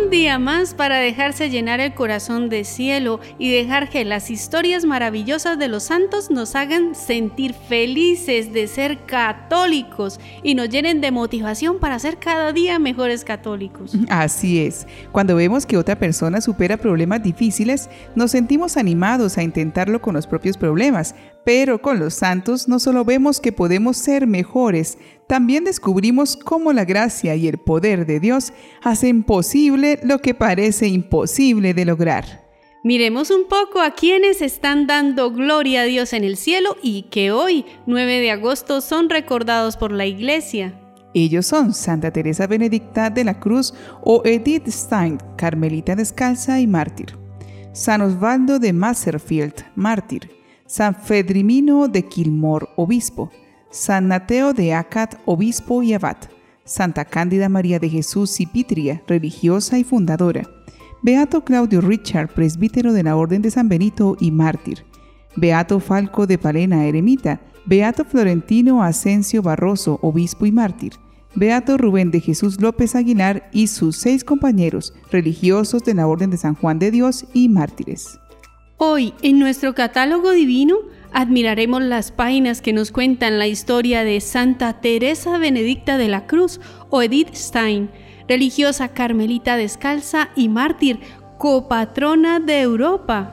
Un día más para dejarse llenar el corazón de cielo y dejar que las historias maravillosas de los santos nos hagan sentir felices de ser católicos y nos llenen de motivación para ser cada día mejores católicos. Así es, cuando vemos que otra persona supera problemas difíciles, nos sentimos animados a intentarlo con los propios problemas, pero con los santos no solo vemos que podemos ser mejores, también descubrimos cómo la gracia y el poder de Dios hacen posible lo que parece imposible de lograr. Miremos un poco a quienes están dando gloria a Dios en el cielo y que hoy, 9 de agosto, son recordados por la Iglesia. Ellos son Santa Teresa Benedicta de la Cruz o Edith Stein, carmelita descalza y mártir. San Osvaldo de Maserfield, mártir. San Fedrimino de Kilmore, obispo. San Nateo de Acat, obispo y abad. Santa Cándida María de Jesús Cipitria, religiosa y fundadora. Beato Claudio Richard, presbítero de la Orden de San Benito y mártir. Beato Falco de Palena, eremita. Beato Florentino Asensio Barroso, obispo y mártir. Beato Rubén de Jesús López Aguilar y sus 6 compañeros, religiosos de la Orden de San Juan de Dios y mártires. Hoy, en nuestro catálogo divino, admiraremos las páginas que nos cuentan la historia de Santa Teresa Benedicta de la Cruz o Edith Stein, religiosa carmelita descalza y mártir, copatrona de Europa.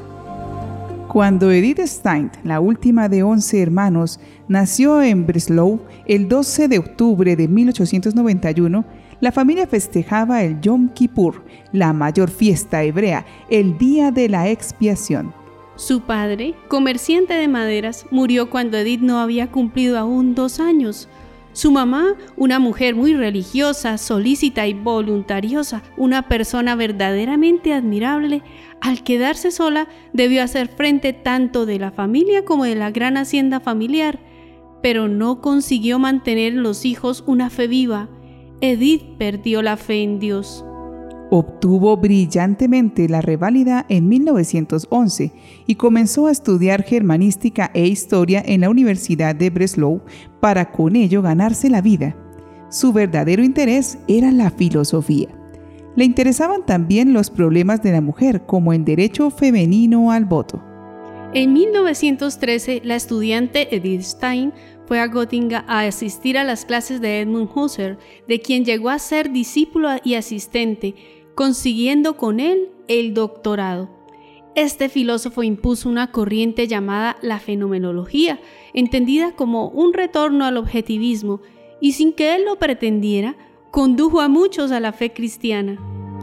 Cuando Edith Stein, la última de 11 hermanos, nació en Breslau el 12 de octubre de 1891, la familia festejaba el Yom Kippur, la mayor fiesta hebrea, el día de la expiación. Su padre, comerciante de maderas, murió cuando Edith no había cumplido aún 2 años. Su mamá, una mujer muy religiosa, solícita y voluntariosa, una persona verdaderamente admirable, al quedarse sola debió hacer frente tanto de la familia como de la gran hacienda familiar, pero no consiguió mantener en los hijos una fe viva. Edith perdió la fe en Dios. Obtuvo brillantemente la reválida en 1911 y comenzó a estudiar germanística e historia en la Universidad de Breslau para con ello ganarse la vida. Su verdadero interés era la filosofía. Le interesaban también los problemas de la mujer, como el derecho femenino al voto. En 1913, la estudiante Edith Stein fue a Göttingen a asistir a las clases de Edmund Husserl, de quien llegó a ser discípulo y asistente, consiguiendo con él el doctorado. Este filósofo impuso una corriente llamada la fenomenología, entendida como un retorno al objetivismo, y sin que él lo pretendiera, condujo a muchos a la fe cristiana.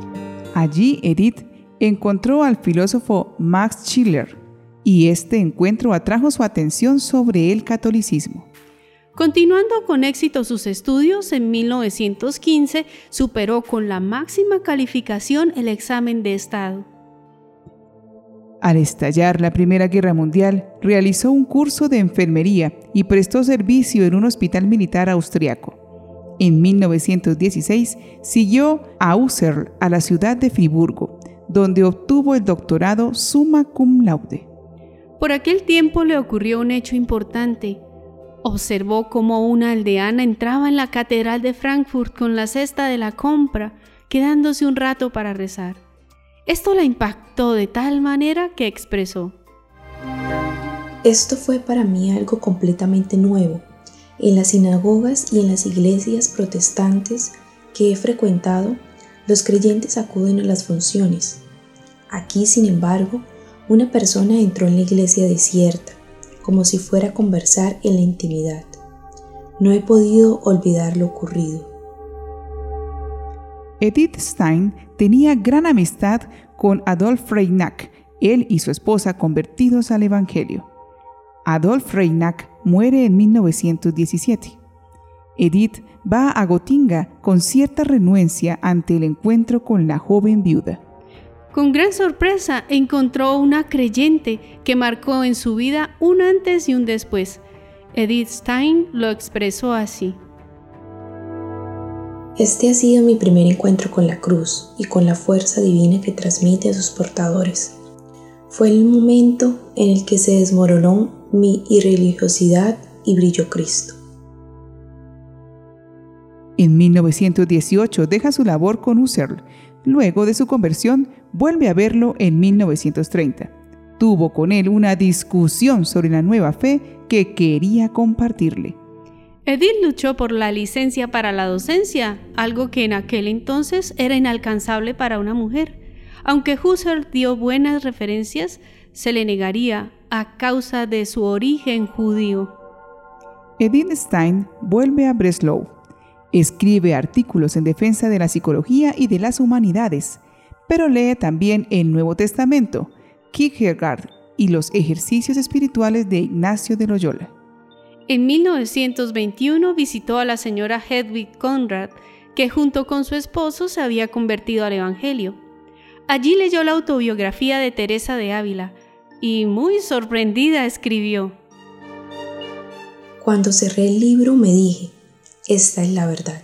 Allí Edith encontró al filósofo Max Schiller, y este encuentro atrajo su atención sobre el catolicismo. Continuando con éxito sus estudios, en 1915 superó con la máxima calificación el examen de estado. Al estallar la Primera Guerra Mundial, realizó un curso de enfermería y prestó servicio en un hospital militar austriaco. En 1916 siguió a Husserl a la ciudad de Friburgo, donde obtuvo el doctorado summa cum laude. Por aquel tiempo le ocurrió un hecho importante. Observó cómo una aldeana entraba en la catedral de Frankfurt con la cesta de la compra, quedándose un rato para rezar. Esto la impactó de tal manera que expresó: Esto fue para mí algo completamente nuevo. En las sinagogas y en las iglesias protestantes que he frecuentado, los creyentes acuden a las funciones. Aquí, sin embargo, una persona entró en la iglesia desierta, como si fuera a conversar en la intimidad. No he podido olvidar lo ocurrido. Edith Stein tenía gran amistad con Adolf Reinach, él y su esposa convertidos al Evangelio. Adolf Reinach muere en 1917. Edith va a Göttingen con cierta renuencia ante el encuentro con la joven viuda. Con gran sorpresa encontró una creyente que marcó en su vida un antes y un después. Edith Stein lo expresó así: Este ha sido mi primer encuentro con la cruz y con la fuerza divina que transmite a sus portadores. Fue el momento en el que se desmoronó mi irreligiosidad y brilló Cristo. En 1918 deja su labor con Husserl, Luego de su conversión, vuelve a verlo en 1930. Tuvo con él una discusión sobre la nueva fe que quería compartirle. Edith luchó por la licencia para la docencia, algo que en aquel entonces era inalcanzable para una mujer. Aunque Husserl dio buenas referencias, se le negaría a causa de su origen judío. Edith Stein vuelve a Breslau. Escribe artículos en defensa de la psicología y de las humanidades, pero lee también el Nuevo Testamento, Kierkegaard y los ejercicios espirituales de Ignacio de Loyola. En 1921 visitó a la señora Hedwig Conrad, que junto con su esposo se había convertido al Evangelio. Allí leyó la autobiografía de Teresa de Ávila y, muy sorprendida, escribió: Cuando cerré el libro me dije, esta es la verdad.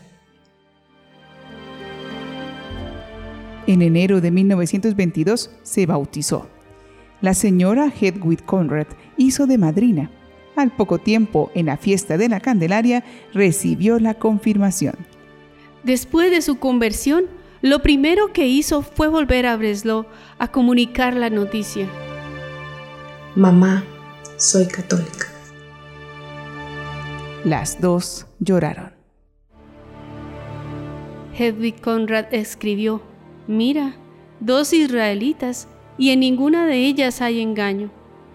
En enero de 1922 se bautizó. La señora Hedwig Conrad hizo de madrina. Al poco tiempo, en la fiesta de la Candelaria, recibió la confirmación. Después de su conversión, lo primero que hizo fue volver a Breslau a comunicar la noticia. Mamá, soy católica. Las dos lloraron. Hedwig Conrad escribió: mira, 2 israelitas, y en ninguna de ellas hay engaño.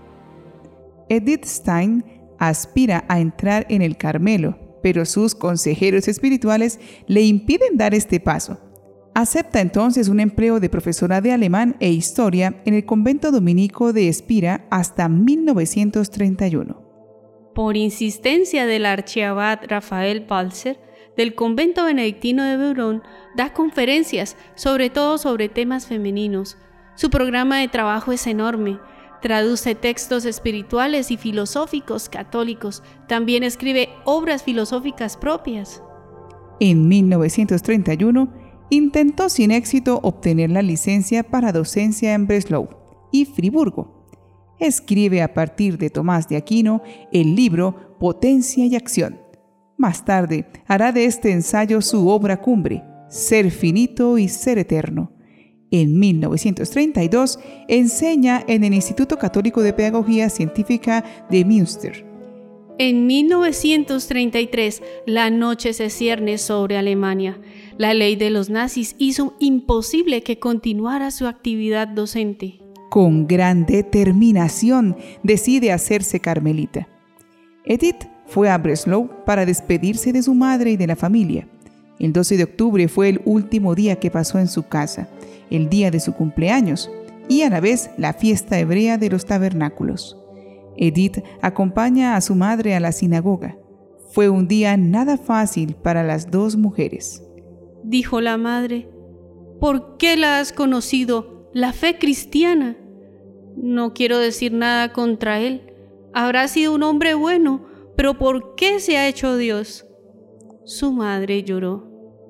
Edith Stein aspira a entrar en el Carmelo, pero sus consejeros espirituales le impiden dar este paso. Acepta entonces un empleo de profesora de alemán e historia en el convento dominico de Espira hasta 1931. Por insistencia del archiabad Rafael Balzer, del convento benedictino de Beurón, da conferencias, sobre todo sobre temas femeninos. Su programa de trabajo es enorme. Traduce textos espirituales y filosóficos católicos. También escribe obras filosóficas propias. En 1931, intentó sin éxito obtener la licencia para docencia en Breslau y Friburgo. Escribe a partir de Tomás de Aquino el libro Potencia y Acción. Más tarde hará de este ensayo su obra cumbre, Ser finito y ser eterno. En 1932 enseña en el Instituto Católico de Pedagogía Científica de Münster. En 1933, la noche se cierne sobre Alemania. La ley de los nazis hizo imposible que continuara su actividad docente. Con gran determinación decide hacerse carmelita. Edith fue a Breslau para despedirse de su madre y de la familia. El 12 de octubre fue el último día que pasó en su casa, el día de su cumpleaños y a la vez la fiesta hebrea de los tabernáculos. Edith acompaña a su madre a la sinagoga. Fue un día nada fácil para las dos mujeres. Dijo la madre: ¿por qué la has conocido? La fe cristiana. No quiero decir nada contra él. Habrá sido un hombre bueno, pero ¿por qué se ha hecho Dios? Su madre lloró.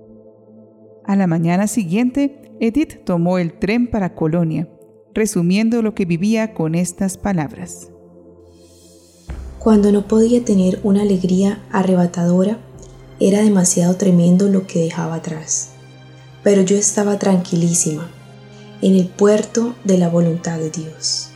A la mañana siguiente, Edith tomó el tren para Colonia, resumiendo lo que vivía con estas palabras. Cuando no podía tener una alegría arrebatadora, era demasiado tremendo lo que dejaba atrás. Pero yo estaba tranquilísima, en el puerto de la voluntad de Dios.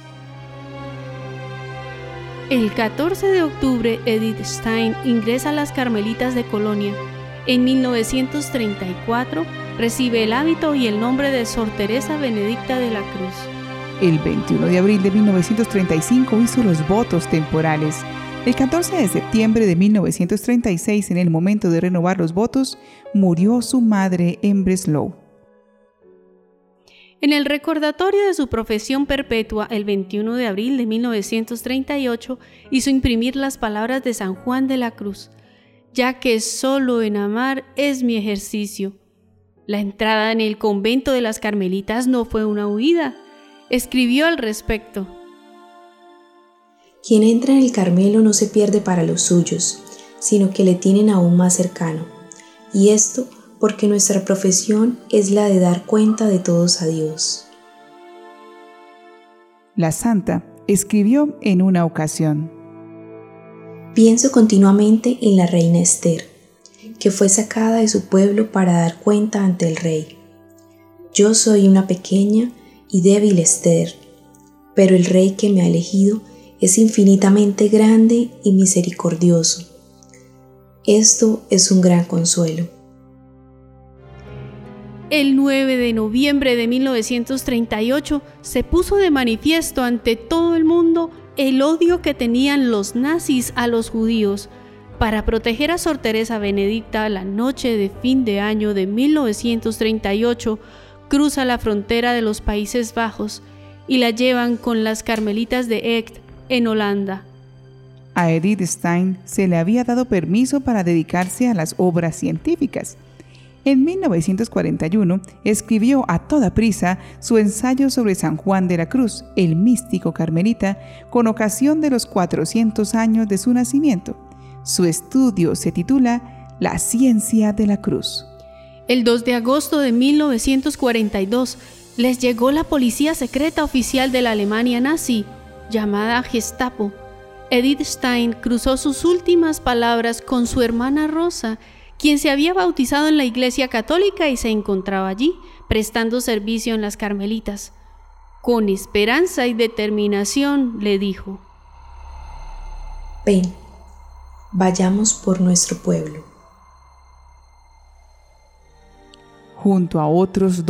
El 14 de octubre, Edith Stein ingresa a las Carmelitas de Colonia. En 1934 recibe el hábito y el nombre de Sor Teresa Benedicta de la Cruz. El 21 de abril de 1935 hizo los votos temporales. El 14 de septiembre de 1936, en el momento de renovar los votos, murió su madre en Breslau. En el recordatorio de su profesión perpetua, el 21 de abril de 1938, hizo imprimir las palabras de San Juan de la Cruz: ya que solo en amar es mi ejercicio. La entrada en el convento de las Carmelitas no fue una huida. Escribió al respecto: quien entra en el Carmelo no se pierde para los suyos, sino que le tienen aún más cercano. Y esto porque nuestra profesión es la de dar cuenta de todos a Dios. La santa escribió en una ocasión: pienso continuamente en la reina Esther, que fue sacada de su pueblo para dar cuenta ante el rey. Yo soy una pequeña y débil Esther, pero el Rey que me ha elegido es infinitamente grande y misericordioso. Esto es un gran consuelo. El 9 de noviembre de 1938 se puso de manifiesto ante todo el mundo el odio que tenían los nazis a los judíos. Para proteger a Sor Teresa Benedicta, la noche de fin de año de 1938, cruza la frontera de los Países Bajos y la llevan con las Carmelitas de Echt, en Holanda. A Edith Stein se le había dado permiso para dedicarse a las obras científicas. En 1941 escribió a toda prisa su ensayo sobre San Juan de la Cruz, el místico carmelita, con ocasión de los 400 años de su nacimiento. Su estudio se titula La ciencia de la cruz. El 2 de agosto de 1942 les llegó la policía secreta oficial de la Alemania nazi, llamada Gestapo. Edith Stein cruzó sus últimas palabras con su hermana Rosa, quien se había bautizado en la Iglesia Católica y se encontraba allí, prestando servicio en las Carmelitas. Con esperanza y determinación le dijo: Ven, vayamos por nuestro pueblo. Junto a otros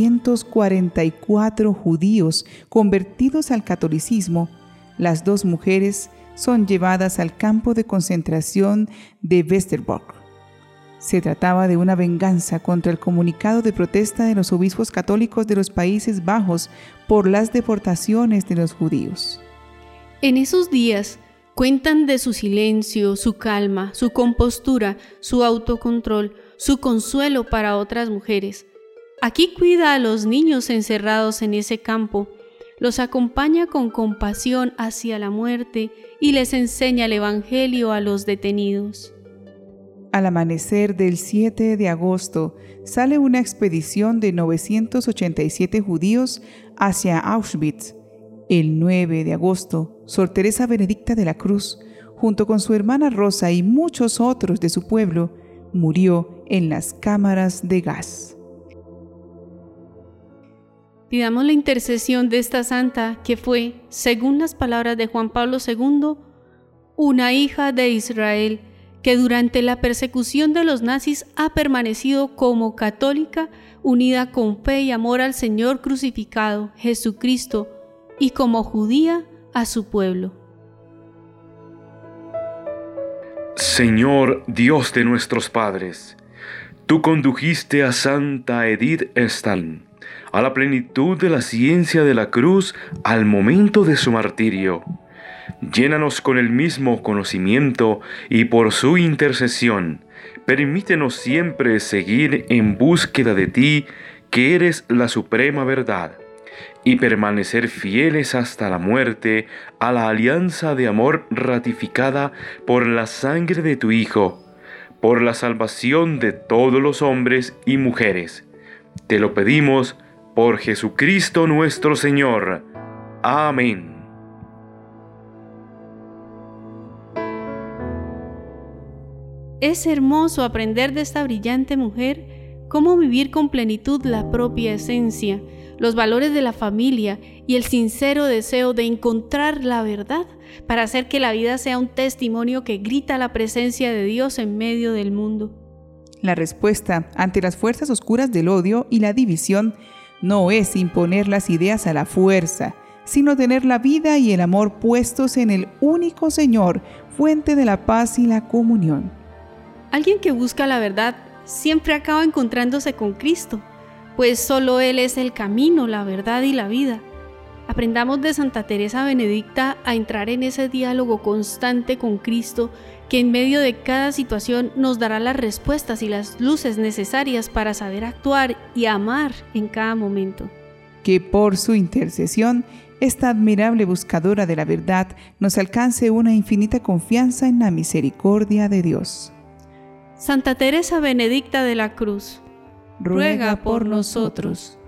244 judíos convertidos al catolicismo, las dos mujeres son llevadas al campo de concentración de Westerbork. Se trataba de una venganza contra el comunicado de protesta de los obispos católicos de los Países Bajos por las deportaciones de los judíos. En esos días cuentan de su silencio, su calma, su compostura, su autocontrol, su consuelo para otras mujeres. Aquí cuida a los niños encerrados en ese campo, los acompaña con compasión hacia la muerte y les enseña el Evangelio a los detenidos. Al amanecer del 7 de agosto sale una expedición de 987 judíos hacia Auschwitz. El 9 de agosto, Sor Teresa Benedicta de la Cruz, junto con su hermana Rosa y muchos otros de su pueblo, murió en las cámaras de gas. Pidamos la intercesión de esta santa que fue, según las palabras de Juan Pablo II, una hija de Israel que durante la persecución de los nazis ha permanecido como católica, unida con fe y amor al Señor crucificado, Jesucristo, y como judía a su pueblo. Señor Dios de nuestros padres, tú condujiste a Santa Edith Stein a la plenitud de la ciencia de la cruz al momento de su martirio. Llénanos con el mismo conocimiento y por su intercesión, permítenos siempre seguir en búsqueda de ti, que eres la suprema verdad, y permanecer fieles hasta la muerte a la alianza de amor ratificada por la sangre de tu Hijo, por la salvación de todos los hombres y mujeres. Te lo pedimos por Jesucristo nuestro Señor. Amén. Es hermoso aprender de esta brillante mujer cómo vivir con plenitud la propia esencia, los valores de la familia y el sincero deseo de encontrar la verdad para hacer que la vida sea un testimonio que grita la presencia de Dios en medio del mundo. La respuesta ante las fuerzas oscuras del odio y la división no es imponer las ideas a la fuerza, sino tener la vida y el amor puestos en el único Señor, fuente de la paz y la comunión. Alguien que busca la verdad siempre acaba encontrándose con Cristo, pues solo Él es el camino, la verdad y la vida. Aprendamos de Santa Teresa Benedicta a entrar en ese diálogo constante con Cristo, que en medio de cada situación nos dará las respuestas y las luces necesarias para saber actuar y amar en cada momento. Que por su intercesión, esta admirable buscadora de la verdad nos alcance una infinita confianza en la misericordia de Dios. Santa Teresa Benedicta de la Cruz, ruega por nosotros.